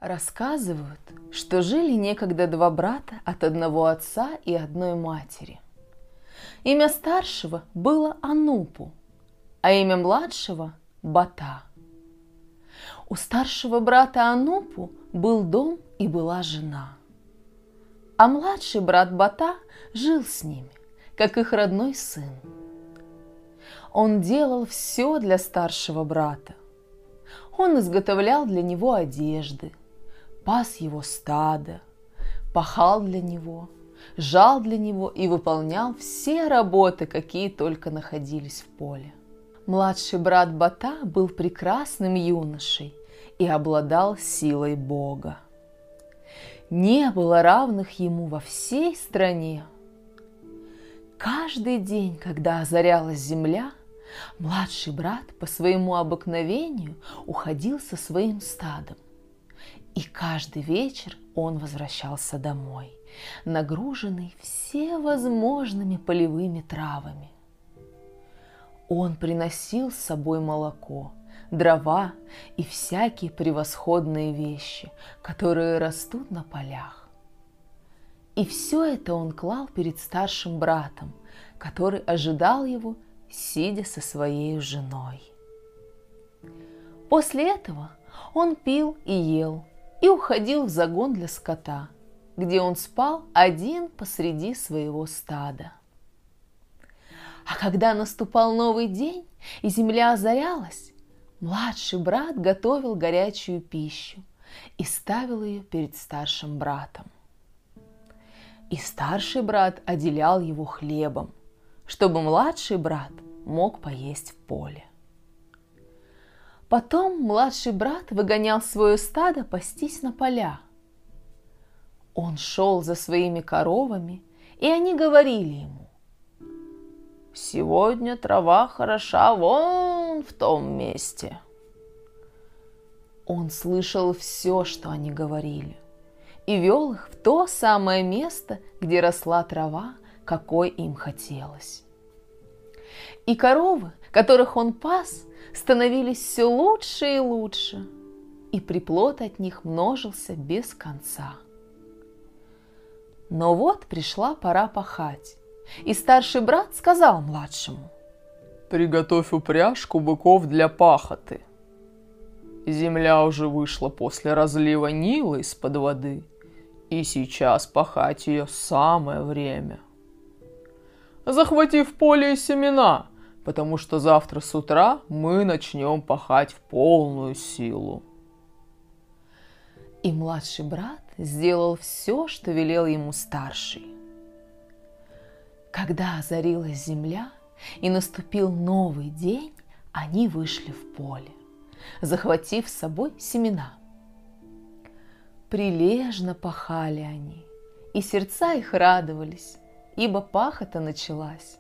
Рассказывают, что жили некогда два брата от одного отца и одной матери. Имя старшего было Анупу, а имя младшего – Бата. У старшего брата Анупу был дом и была жена, а младший брат Бата жил с ними, как их родной сын. Он делал все для старшего брата. Он изготовлял для него одежды, пас его стадо, пахал для него, жал для него и выполнял все работы, какие только находились в поле. Младший брат Бата был прекрасным юношей и обладал силой Бога. Не было равных ему во всей стране. Каждый день, когда озарялась земля, младший брат по своему обыкновению уходил со своим стадом. И каждый вечер он возвращался домой, нагруженный всевозможными полевыми травами. Он приносил с собой молоко, дрова и всякие превосходные вещи, которые растут на полях. И все это он клал перед старшим братом, который ожидал его, сидя со своей женой. После этого он пил и ел, и уходил в загон для скота, где он спал один посреди своего стада. А когда наступал новый день и земля озарялась, младший брат готовил горячую пищу и ставил ее перед старшим братом. И старший брат отделял его хлебом, чтобы младший брат мог поесть в поле. Потом младший брат выгонял свое стадо пастись на поля. Он шел за своими коровами, и они говорили ему: «Сегодня трава хороша вон в том месте». Он слышал все, что они говорили, и вел их в то самое место, где росла трава, какой им хотелось. И коровы, которых он пас, становились все лучше и лучше, и приплод от них множился без конца. Но вот пришла пора пахать, и старший брат сказал младшему: «Приготовь упряжку быков для пахоты. Земля уже вышла после разлива Нила из-под воды, и сейчас пахать ее самое время. Захвати в поле и семена, потому что завтра с утра мы начнем пахать в полную силу». И младший брат сделал все, что велел ему старший. Когда озарилась земля и наступил новый день, они вышли в поле, захватив с собой семена. Прилежно пахали они, и сердца их радовались, ибо пахота началась.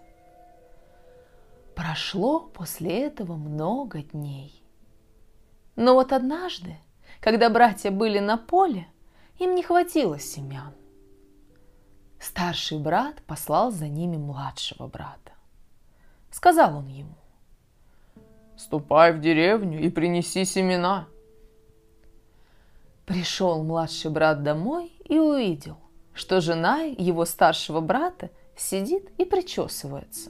Прошло после этого много дней. Но вот однажды, когда братья были на поле, им не хватило семян. Старший брат послал за ними младшего брата. Сказал он ему: «Ступай в деревню и принеси семена». Пришел младший брат домой и увидел, что жена его старшего брата сидит и причесывается.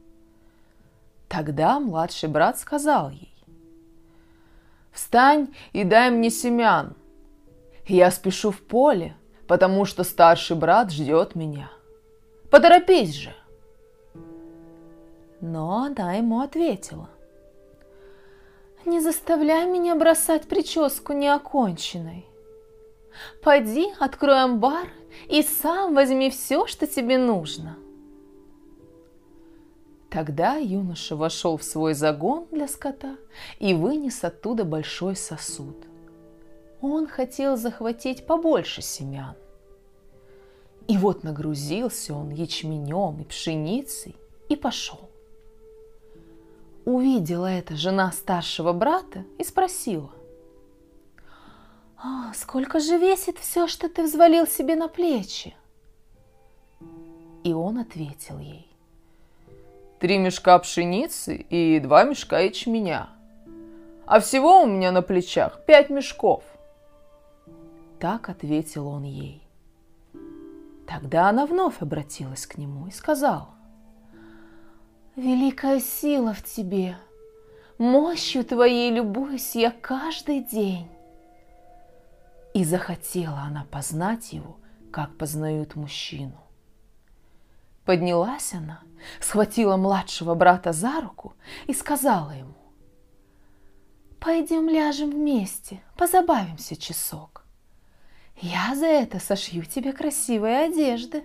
Тогда младший брат сказал ей: «Встань и дай мне семян. Я спешу в поле, потому что старший брат ждет меня. Поторопись же!» Но она ему ответила: «Не заставляй меня бросать прическу неоконченной. Пойди, открой амбар и сам возьми все, что тебе нужно». Тогда юноша вошел в свой загон для скота и вынес оттуда большой сосуд. Он хотел захватить побольше семян. И вот нагрузился он ячменем и пшеницей и пошел. Увидела это жена старшего брата и спросила: «Сколько же весит все, что ты взвалил себе на плечи?» И он ответил ей: 3 мешка пшеницы и 2 мешка ячменя. А всего у меня на плечах 5 мешков. Так ответил он ей. Тогда она вновь обратилась к нему и сказала: «Великая сила в тебе, мощью твоей любуюсь я каждый день». И захотела она познать его, как познают мужчину. Поднялась она, схватила младшего брата за руку и сказала ему: «Пойдем ляжем вместе, позабавимся часок. Я за это сошью тебе красивые одежды».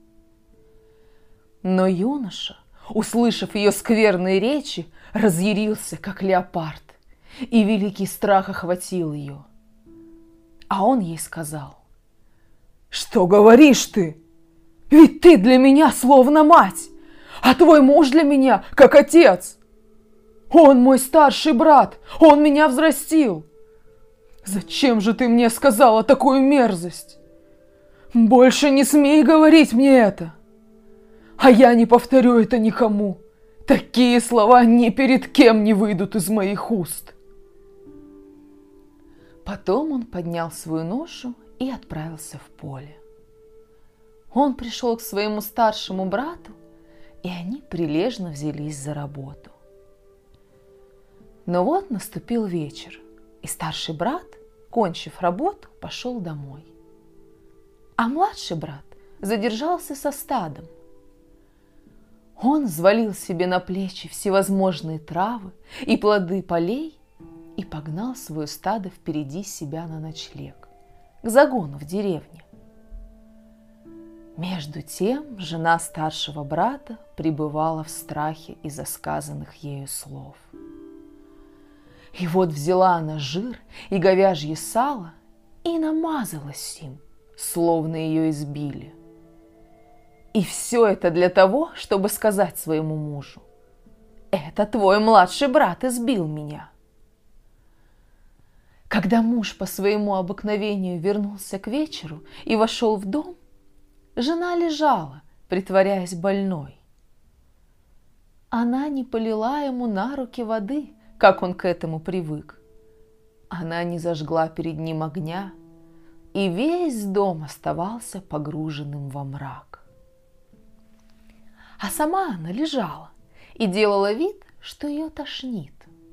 Но юноша, услышав ее скверные речи, разъярился, как леопард, и великий страх охватил ее. А он ей сказал: «Что говоришь ты? Ведь ты для меня словно мать, а твой муж для меня как отец. Он мой старший брат, он меня взрастил. Зачем же ты мне сказала такую мерзость? Больше не смей говорить мне это, а я не повторю это никому. Такие слова ни перед кем не выйдут из моих уст». Потом он поднял свою ношу и отправился в поле. Он пришел к своему старшему брату, и они прилежно взялись за работу. Но вот наступил вечер, и старший брат, кончив работу, пошел домой. А младший брат задержался со стадом. Он взвалил себе на плечи всевозможные травы и плоды полей и погнал свое стадо впереди себя на ночлег, к загону в деревне. Между тем жена старшего брата пребывала в страхе из-за сказанных ею слов. И вот взяла она жир и говяжье сало и намазалась им, словно ее избили. И все это для того, чтобы сказать своему мужу: «Это твой младший брат избил меня». Когда муж по своему обыкновению вернулся к вечеру и вошел в дом, жена лежала, притворяясь больной. Она не полила ему на руки воды, как он к этому привык. Она не зажгла перед ним огня, и весь дом оставался погруженным во мрак. А сама она лежала и делала вид, что ее тошнит.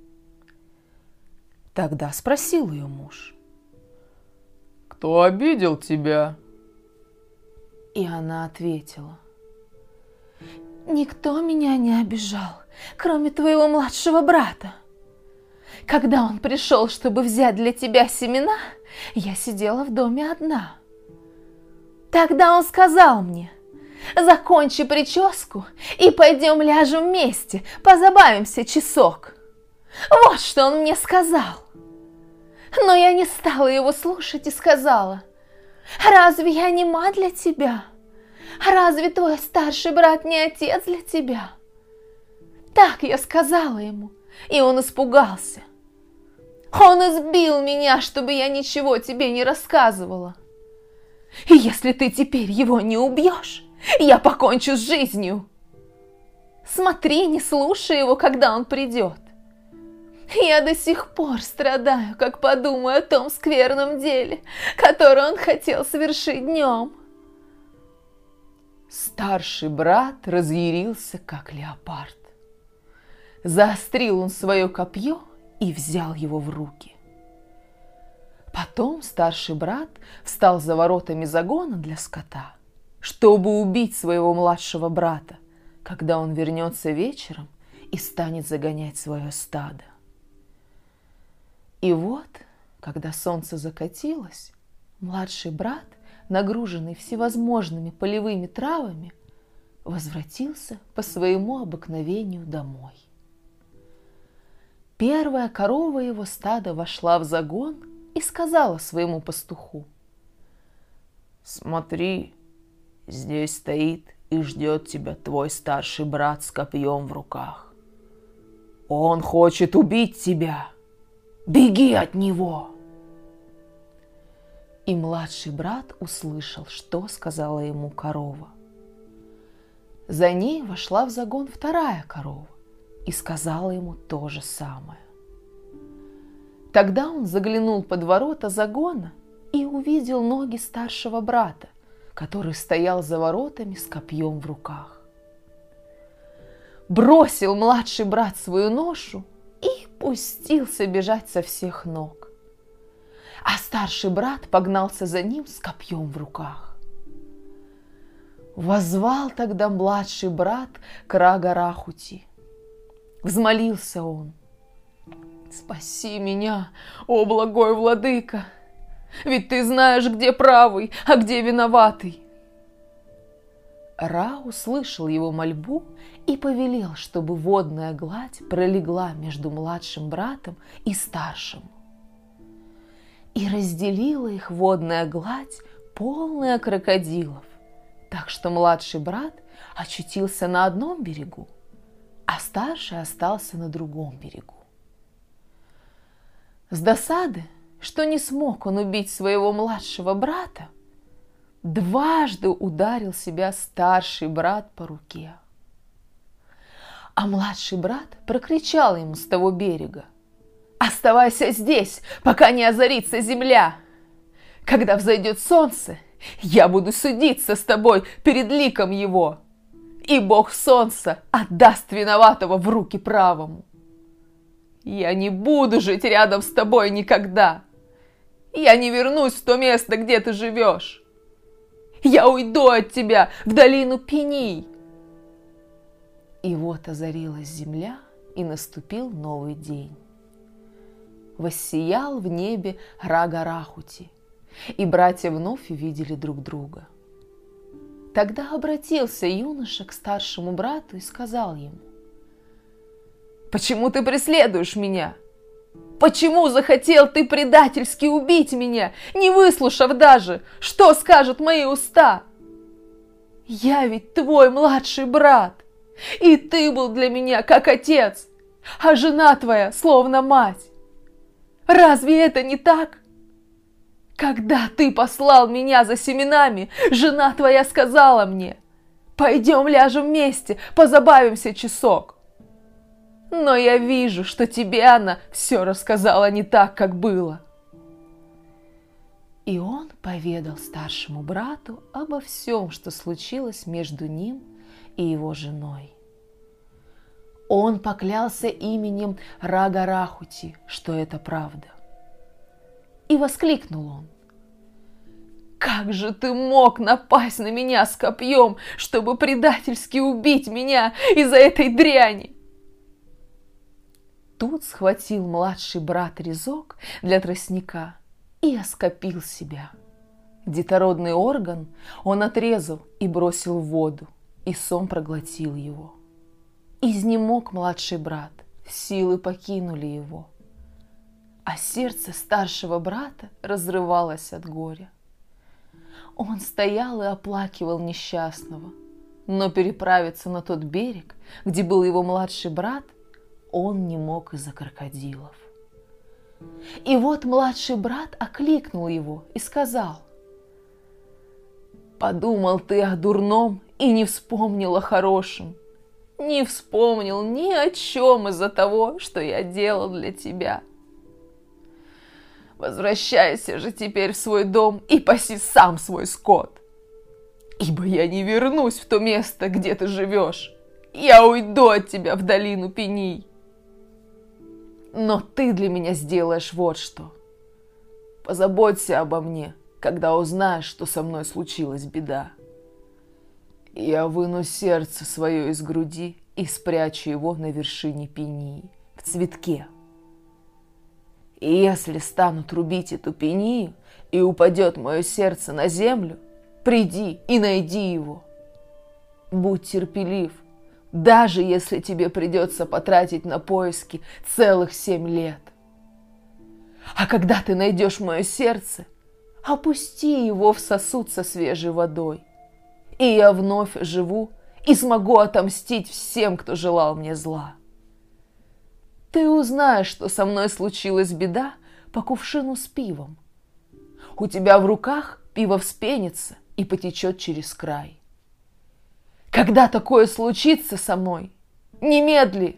Тогда спросил ее муж: «Кто обидел тебя?» И она ответила: «Никто меня не обижал, кроме твоего младшего брата. Когда он пришел, чтобы взять для тебя семена, я сидела в доме одна. Тогда он сказал мне: закончи прическу и пойдем ляжем вместе, позабавимся часок. Вот что он мне сказал. Но я не стала его слушать и сказала: разве я не мать для тебя? Разве твой старший брат не отец для тебя? Так я сказала ему, и он испугался. Он избил меня, чтобы я ничего тебе не рассказывала. И если ты теперь его не убьешь, я покончу с жизнью. Смотри, не слушай его, когда он придет. Я до сих пор страдаю, как подумаю о том скверном деле, которое он хотел совершить днем». Старший брат разъярился, как леопард. Заострил он свое копье и взял его в руки. Потом старший брат встал за воротами загона для скота, чтобы убить своего младшего брата, когда он вернется вечером и станет загонять свое стадо. И вот, когда солнце закатилось, младший брат, нагруженный всевозможными полевыми травами, возвратился по своему обыкновению домой. Первая корова его стада вошла в загон и сказала своему пастуху: «Смотри, здесь стоит и ждет тебя твой старший брат с копьем в руках. Он хочет убить тебя. Беги от него!» И младший брат услышал, что сказала ему корова. За ней вошла в загон вторая корова и сказала ему то же самое. Тогда он заглянул под ворота загона и увидел ноги старшего брата, который стоял за воротами с копьем в руках. Бросил младший брат свою ношу и пустился бежать со всех ног. А старший брат погнался за ним с копьем в руках. Воззвал тогда младший брат к Рага-Рахути. Взмолился он: «Спаси меня, о благой владыка! Ведь ты знаешь, где правый, а где виноватый». Ра услышал его мольбу и повелел, чтобы водная гладь пролегла между младшим братом и старшим. И разделила их водная гладь, полная крокодилов, так что младший брат очутился на одном берегу, а старший остался на другом берегу. С досады, что не смог он убить своего младшего брата, дважды ударил себя старший брат по руке. А младший брат прокричал ему с того берега: «Оставайся здесь, пока не озарится земля. Когда взойдет солнце, я буду судиться с тобой перед ликом его, и бог солнца отдаст виноватого в руки правому. Я не буду жить рядом с тобой никогда. Я не вернусь в то место, где ты живешь. Я уйду от тебя в долину пений». И вот озарилась земля, и наступил новый день. Воссиял в небе Рага-Рахути, и братья вновь увидели друг друга. Тогда обратился юноша к старшему брату и сказал ему: «Почему ты преследуешь меня? Почему захотел ты предательски убить меня, не выслушав даже, что скажут мои уста? Я ведь твой младший брат, и ты был для меня как отец, а жена твоя словно мать. Разве это не так? Когда ты послал меня за семенами, жена твоя сказала мне: пойдем ляжем вместе, позабавимся часок. Но я вижу, что тебе она все рассказала не так, как было». И он поведал старшему брату обо всем, что случилось между ним и его женой. Он поклялся именем Рага-Рахути, что это правда. И воскликнул он: «Как же ты мог напасть на меня с копьем, чтобы предательски убить меня из-за этой дряни?» Тут схватил младший брат резок для тростника и оскопил себя. Детородный орган он отрезал и бросил в воду, и сом проглотил его. Изнемог младший брат, силы покинули его, а сердце старшего брата разрывалось от горя. Он стоял и оплакивал несчастного, но переправиться на тот берег, где был его младший брат, он не мог из-за крокодилов. И вот младший брат окликнул его и сказал: «Подумал ты о дурном и не вспомнил о хорошем. Не вспомнил ни о чем из-за того, что я делал для тебя. Возвращайся же теперь в свой дом и паси сам свой скот, ибо я не вернусь в то место, где ты живешь. Я уйду от тебя в долину пений. Но ты для меня сделаешь вот что. Позаботься обо мне, когда узнаешь, что со мной случилась беда. Я выну сердце свое из груди и спрячу его на вершине пении, в цветке. И если станут рубить эту пению, и упадет мое сердце на землю, приди и найди его. Будь терпелив, даже если тебе придется потратить на поиски целых 7 лет. А когда ты найдешь мое сердце, опусти его в сосуд со свежей водой, и я вновь живу и смогу отомстить всем, кто желал мне зла. Ты узнаешь, что со мной случилась беда по кувшину с пивом. У тебя в руках пиво вспенится и потечет через край. Когда такое случится со мной, немедли!»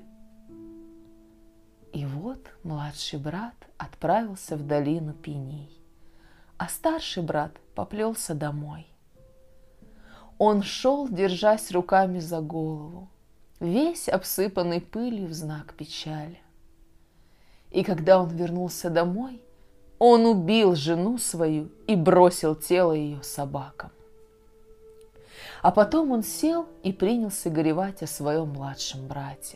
И вот младший брат отправился в долину пений, а старший брат поплелся домой. Он шел, держась руками за голову, весь обсыпанный пылью в знак печали. И когда он вернулся домой, он убил жену свою и бросил тело ее собакам. А потом он сел и принялся горевать о своем младшем брате.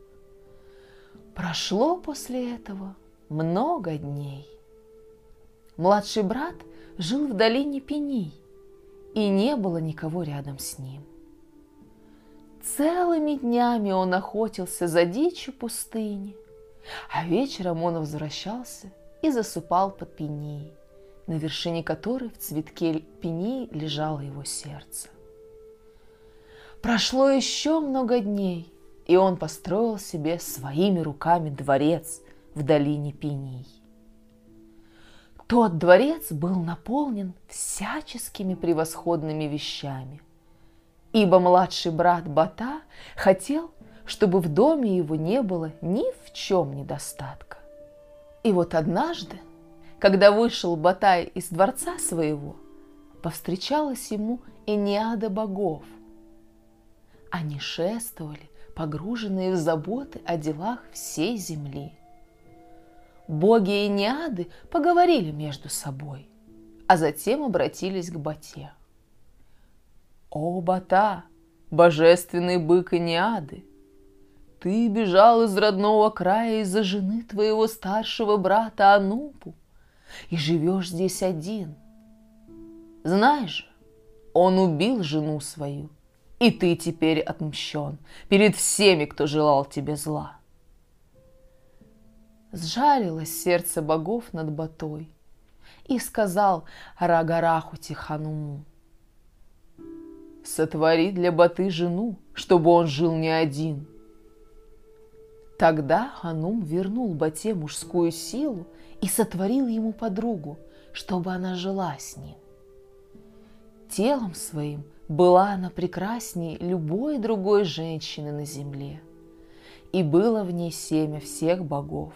Прошло после этого много дней. Младший брат жил в долине пений, и не было никого рядом с ним. Целыми днями он охотился за дичью пустыни, а вечером он возвращался и засыпал под пенией, на вершине которой в цветке пении лежало его сердце. Прошло еще много дней, и он построил себе своими руками дворец в долине пений. Тот дворец был наполнен всяческими превосходными вещами, ибо младший брат Бата хотел, чтобы в доме его не было ни в чем недостатка. И вот однажды, когда вышел Батай из дворца своего, повстречалась ему Энеада богов. Они шествовали, погруженные в заботы о делах всей земли. Боги Энеады поговорили между собой, а затем обратились к Бате. «О, Бата, божественный бык Энеады! Ты бежал из родного края из-за жены твоего старшего брата Анупу и живешь здесь один. Знаешь же, он убил жену свою, и ты теперь отмщен перед всеми, кто желал тебе зла». Сжалилось сердце богов над Батой, и сказал Рагарахути Хануму: «Сотвори для Баты жену, чтобы он жил не один». Тогда Ханум вернул Бате мужскую силу и сотворил ему подругу, чтобы она жила с ним. Телом своим была она прекрасней любой другой женщины на земле, и было в ней семя всех богов.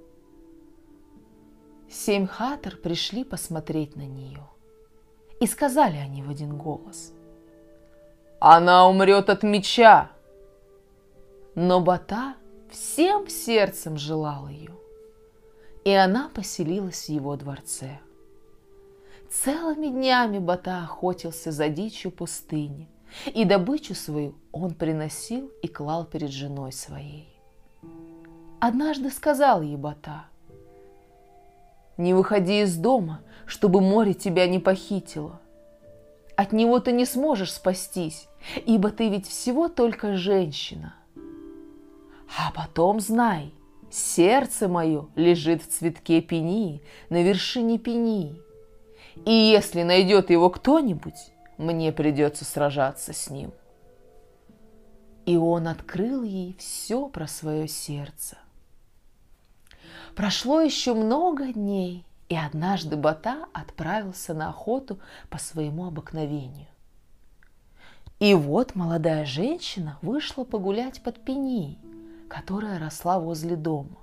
7 хатор пришли посмотреть на нее, и сказали они в один голос: «Она умрет от меча!» Но Бата всем сердцем желал ее, и она поселилась в его дворце. Целыми днями Бата охотился за дичью пустыни, и добычу свою он приносил и клал перед женой своей. Однажды сказал ей Бата: «Не выходи из дома, чтобы море тебя не похитило. От него ты не сможешь спастись, ибо ты ведь всего только женщина. А потом знай, сердце мое лежит в цветке пении на вершине пении, и если найдет его кто-нибудь, мне придется сражаться с ним». И он открыл ей все про свое сердце. Прошло еще много дней, и однажды Бата отправился на охоту по своему обыкновению. И вот молодая женщина вышла погулять под пенией, которая росла возле дома.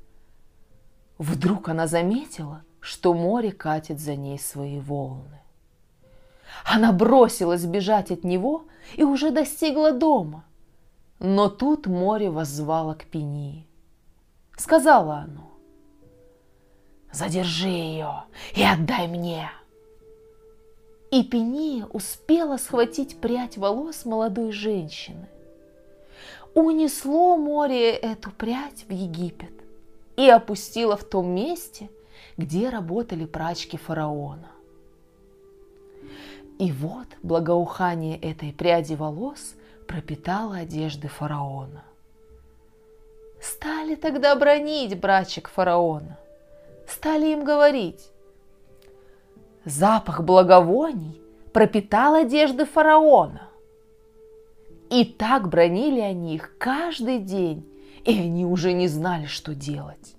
Вдруг она заметила, что море катит за ней свои волны. Она бросилась бежать от него и уже достигла дома, но тут море воззвало к пении. Сказала оно: «Задержи ее и отдай мне». И пения успела схватить прядь волос молодой женщины. Унесло море эту прядь в Египет и опустило в том месте, где работали прачки фараона. И вот благоухание этой пряди волос пропитало одежды фараона. Стали тогда бранить прачек фараона. Стали им говорить: «Запах благовоний пропитал одежды фараона». И так бранили они их каждый день, и они уже не знали, что делать.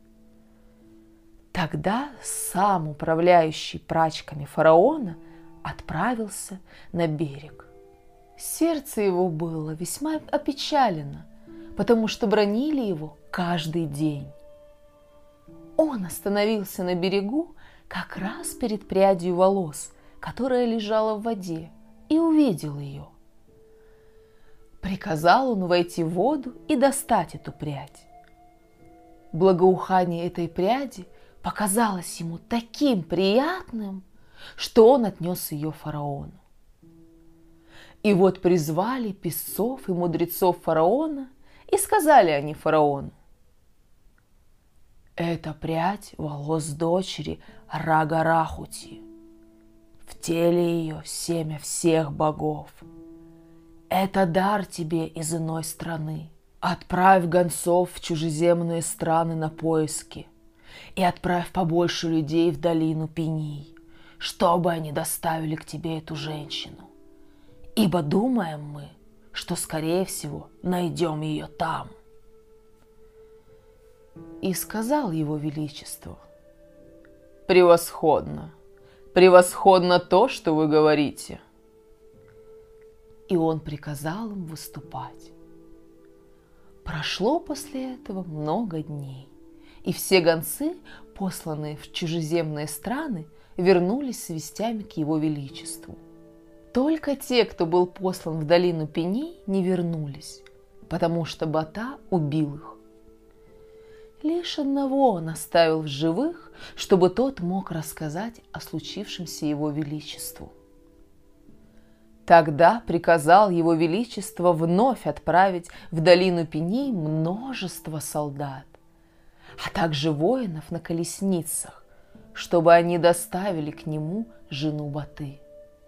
Тогда сам управляющий прачками фараона отправился на берег. Сердце его было весьма опечалено, потому что бранили его каждый день. Он остановился на берегу, как раз перед прядью волос, которая лежала в воде, и увидел ее. Приказал он войти в воду и достать эту прядь. Благоухание этой пряди показалось ему таким приятным, что он отнес ее фараону. И вот призвали песцов и мудрецов фараона, и сказали они фараону: «Это прядь волос дочери Рагарахути. В теле ее семя всех богов. Это дар тебе из иной страны. Отправь гонцов в чужеземные страны на поиски и отправь побольше людей в долину Пений, чтобы они доставили к тебе эту женщину. Ибо думаем мы, что, скорее всего, найдем ее там». И сказал его величество: «Превосходно, превосходно то, что вы говорите». И он приказал им выступать. Прошло после этого много дней, и все гонцы, посланные в чужеземные страны, вернулись с вестями к его величеству. Только те, кто был послан в долину Пеней, не вернулись, потому что Бата убил их. Лишь одного он оставил в живых, чтобы тот мог рассказать о случившемся его величеству. Тогда приказал его величество вновь отправить в долину Пеней множество солдат, а также воинов на колесницах, чтобы они доставили к нему жену Баты.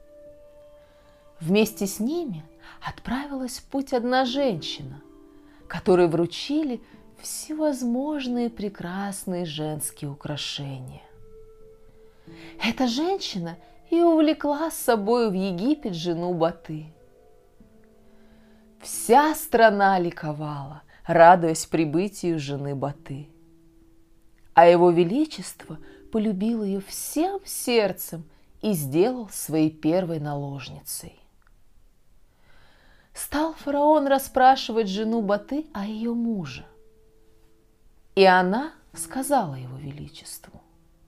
Вместе с ними отправилась в путь одна женщина, которой вручили всевозможные прекрасные женские украшения. Эта женщина и увлекла с собой в Египет жену Баты. Вся страна ликовала, радуясь прибытию жены Баты. А его величество полюбил ее всем сердцем и сделал своей первой наложницей. Стал фараон расспрашивать жену Баты о ее муже. И она сказала его величеству: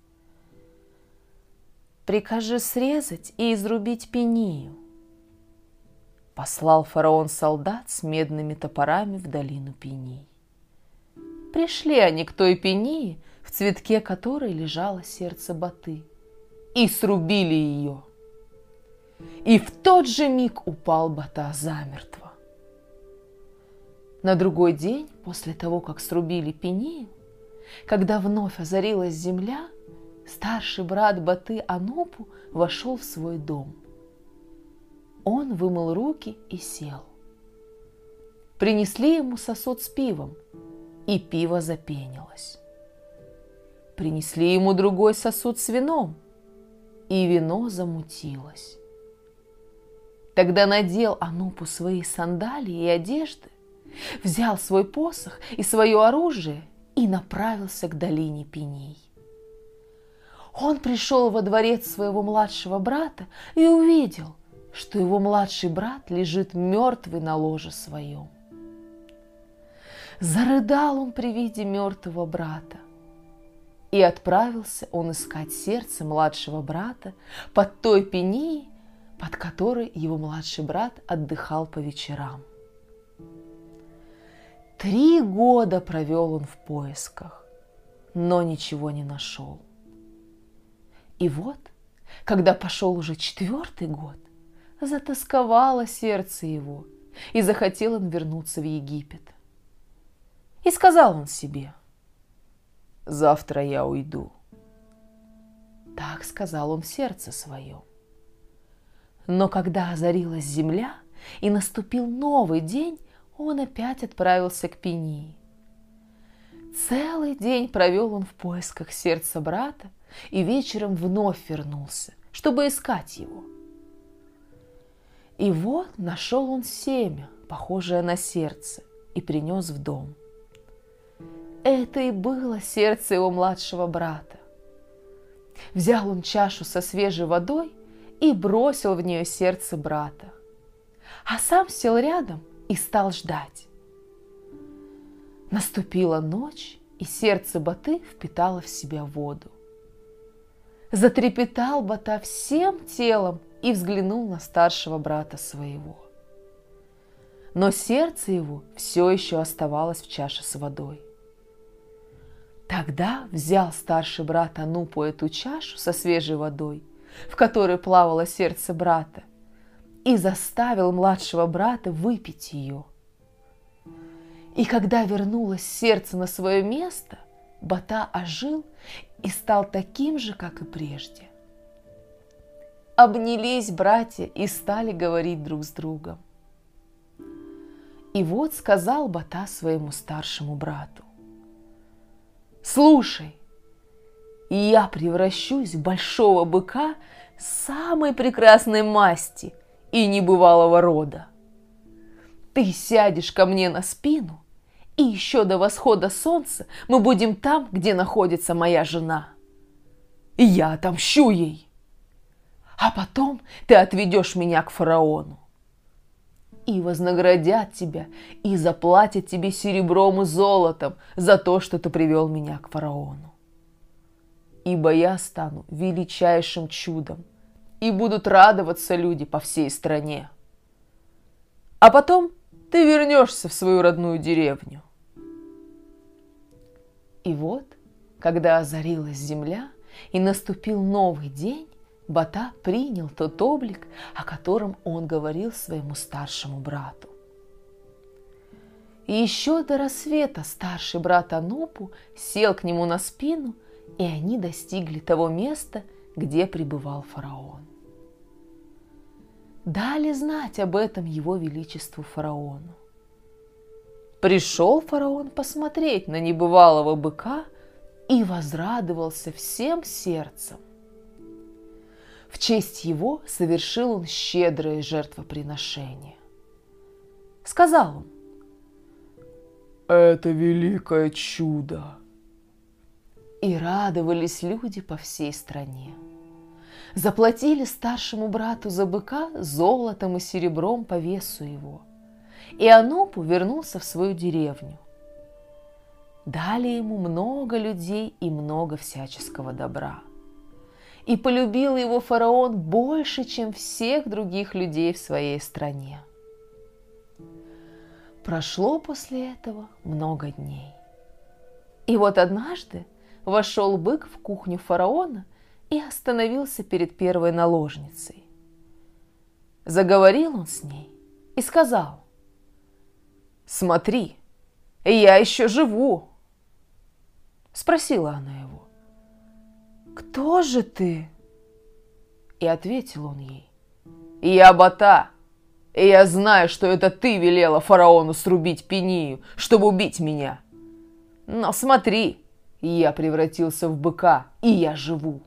«Прикажи срезать и изрубить Пению». Послал фараон солдат с медными топорами в долину Пений. Пришли они к той Пении, в цветке которой лежало сердце Баты, и срубили ее. И в тот же миг упал Бата замертво. На другой день, после того, как срубили Пению, когда вновь озарилась земля, старший брат Баты Анупу вошел в свой дом. Он вымыл руки и сел. Принесли ему сосуд с пивом, и пиво запенилось. Принесли ему другой сосуд с вином, и вино замутилось. Тогда надел Анупу свои сандалии и одежды, взял свой посох и свое оружие и направился к долине Пеней. Он пришел во дворец своего младшего брата и увидел, что его младший брат лежит мертвый на ложе своем. Зарыдал он при виде мертвого брата, и отправился он искать сердце младшего брата под той Пеней, под которой его младший брат отдыхал по вечерам. 3 года провел он в поисках, но ничего не нашел. И вот, когда пошел уже 4-й год, затосковало сердце его, и захотел он вернуться в Египет. И сказал он себе: «Завтра я уйду». Так сказал он в сердце своем. Но когда озарилась земля и наступил новый день, он опять отправился к Пении. Целый день провел он в поисках сердца брата и вечером вновь вернулся, чтобы искать его. И вот нашел он семя, похожее на сердце, и принес в дом. Это и было сердце его младшего брата. Взял он чашу со свежей водой и бросил в нее сердце брата, а сам сел рядом и стал ждать. Наступила ночь, и сердце Баты впитало в себя воду. Затрепетал Бата всем телом и взглянул на старшего брата своего. Но сердце его все еще оставалось в чаше с водой. Тогда взял старший брат Анупу эту чашу со свежей водой, в которой плавало сердце брата, и заставил младшего брата выпить ее. И когда вернулось сердце на свое место, Бата ожил и стал таким же, как и прежде. Обнялись братья и стали говорить друг с другом. И вот сказал Бата своему старшему брату: «Слушай, я превращусь в большого быка самой прекрасной масти и небывалого рода. Ты сядешь ко мне на спину, и еще до восхода солнца мы будем там, где находится моя жена. И я отомщу ей. А потом ты отведешь меня к фараону. И вознаградят тебя, и заплатят тебе серебром и золотом за то, что ты привел меня к фараону. Ибо я стану величайшим чудом, и будут радоваться люди по всей стране. А потом ты вернешься в свою родную деревню». И вот, когда озарилась земля и наступил новый день, Бата принял тот облик, о котором он говорил своему старшему брату. И еще до рассвета старший брат Анупу сел к нему на спину, и они достигли того места, где пребывал фараон. Дали знать об этом его величеству фараону. Пришел фараон посмотреть на небывалого быка и возрадовался всем сердцем. В честь его совершил он щедрое жертвоприношение. Сказал он: «Это великое чудо!» И радовались люди по всей стране. Заплатили старшему брату за быка золотом и серебром по весу его, и Анупу вернулся в свою деревню. Дали ему много людей и много всяческого добра. И полюбил его фараон больше, чем всех других людей в своей стране. Прошло после этого много дней. И вот однажды вошел бык в кухню фараона и остановился перед первой наложницей. Заговорил он с ней и сказал: «Смотри, я еще живу». Спросила она его: «Кто же ты?» И ответил он ей: «Я Бата, и я знаю, что это ты велела фараону срубить пинию, чтобы убить меня. Но смотри, я превратился в быка, и я живу».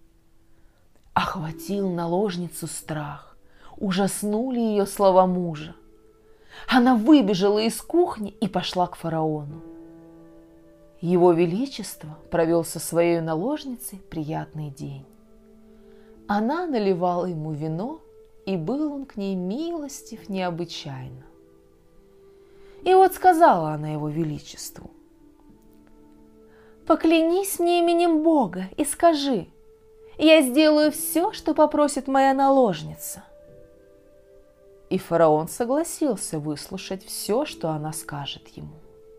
Охватил наложницу страх, ужаснули ее слова мужа. Она выбежала из кухни и пошла к фараону. Его Величество провел со своей наложницей приятный день. Она наливала ему вино, и был он к ней милостив необычайно. И вот сказала она его Величеству: «Поклянись мне именем Бога и скажи: я сделаю все, что попросит моя наложница». И фараон согласился выслушать все, что она скажет ему.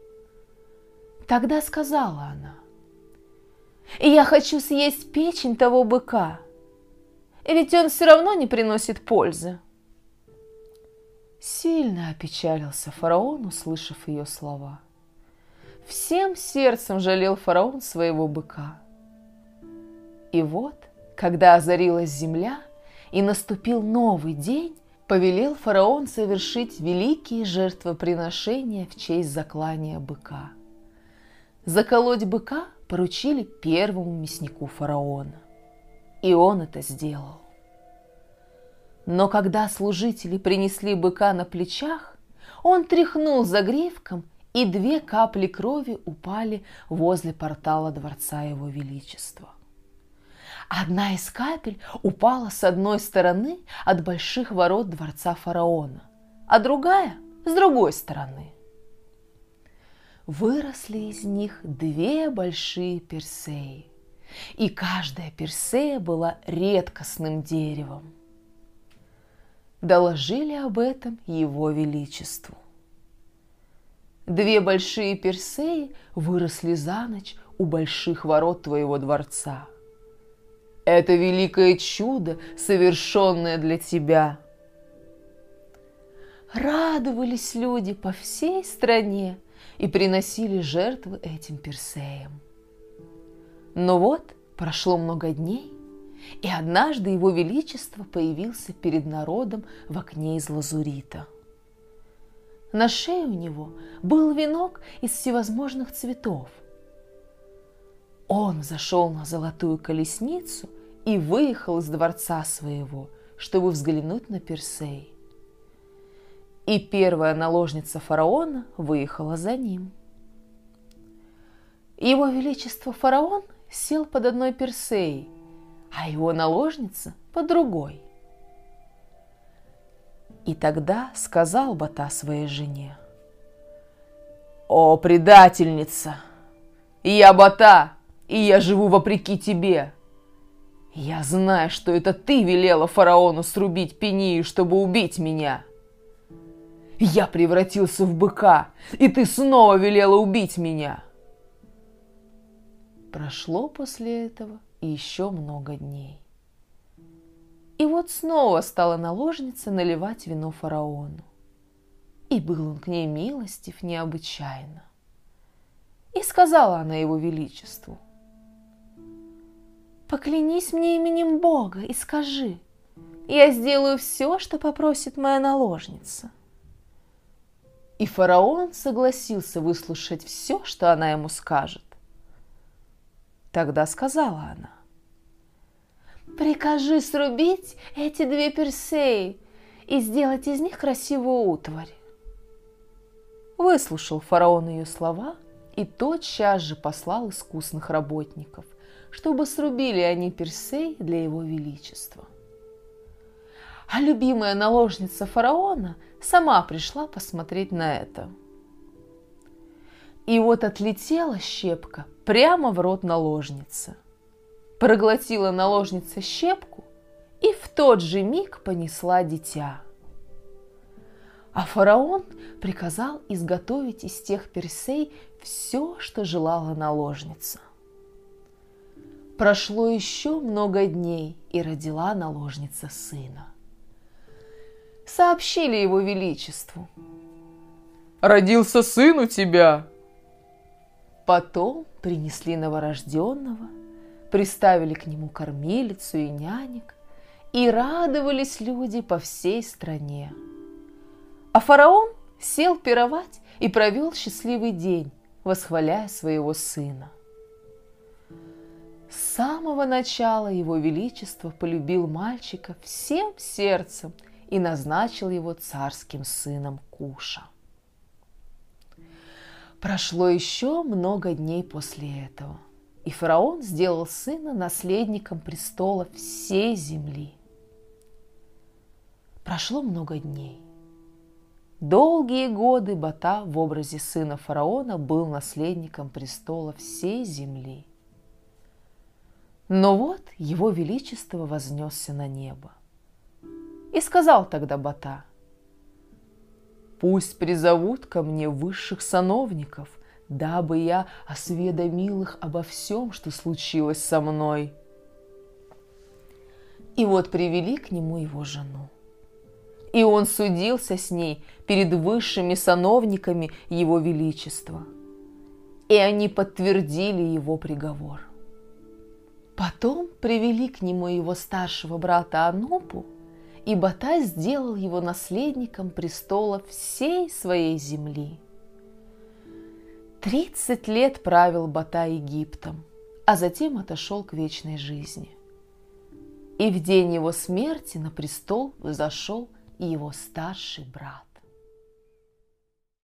Тогда сказала она: «Я хочу съесть печень того быка, ведь он все равно не приносит пользы». Сильно опечалился фараон, услышав ее слова. Всем сердцем жалел фараон своего быка. И вот, когда озарилась земля и наступил новый день, повелел фараон совершить великие жертвоприношения в честь заклания быка. Заколоть быка поручили первому мяснику фараона, и он это сделал. Но когда служители принесли быка на плечах, он тряхнул загривком, и 2 капли крови упали возле портала дворца его величества. Одна из капель упала с одной стороны от больших ворот дворца фараона, а другая – с другой стороны. Выросли из них 2 большие персеи, и каждая Персея была редкостным деревом. Доложили об этом его величеству. 2 большие Персеи выросли за ночь у больших ворот твоего дворца. Это великое чудо, совершенное для тебя. Радовались люди по всей стране и приносили жертвы этим Персеям. Но вот прошло много дней, и однажды его величество появился перед народом в окне из лазурита. На шее у него был венок из всевозможных цветов. Он зашел на золотую колесницу и выехал из дворца своего, чтобы взглянуть на Персей. И первая наложница фараона выехала за ним. Его величество фараон сел под одной Персеей, а его наложница под другой. И тогда сказал Бата своей жене: «О, предательница! Я Бата, и я живу вопреки тебе. Я знаю, что это ты велела фараону срубить Пению, чтобы убить меня. Я превратился в быка, и ты снова велела убить меня». Прошло после этого еще много дней. И вот снова стала наложница наливать вино фараону. И был он к ней милостив необычайно. И сказала она его величеству: «Поклянись мне именем Бога и скажи, я сделаю все, что попросит моя наложница». И фараон согласился выслушать все, что она ему скажет. Тогда сказала она: «Прикажи срубить эти 2 Персеи и сделать из них красивую утварь». Выслушал фараон ее слова и тотчас же послал искусных работников, чтобы срубили они Персей для его величества. А любимая наложница фараона сама пришла посмотреть на это. И вот отлетела щепка прямо в рот наложницы. Проглотила наложница щепку и в тот же миг понесла дитя. А фараон приказал изготовить из тех Персей все, что желала наложница. Прошло еще много дней, и родила наложница сына. Сообщили его величеству: «Родился сын у тебя!» Потом принесли новорожденного, приставили к нему кормилицу и нянек, и радовались люди по всей стране. А фараон сел пировать и провел счастливый день, восхваляя своего сына. С самого начала его величество полюбил мальчика всем сердцем и назначил его царским сыном Куша. Прошло еще много дней после этого, и фараон сделал сына наследником престола всей земли. Прошло много дней. Долгие годы Бата в образе сына фараона был наследником престола всей земли. Но вот его величество вознесся на небо. И сказал тогда Бата: «Пусть призовут ко мне высших сановников, дабы я осведомил их обо всем, что случилось со мной». И вот привели к нему его жену. И он судился с ней перед высшими сановниками его величества. И они подтвердили его приговор. Потом привели к нему его старшего брата Анупу, и Бата сделал его наследником престола всей своей земли. 30 лет правил Бата Египтом, а затем отошел к вечной жизни. И в день его смерти на престол взошел и его старший брат.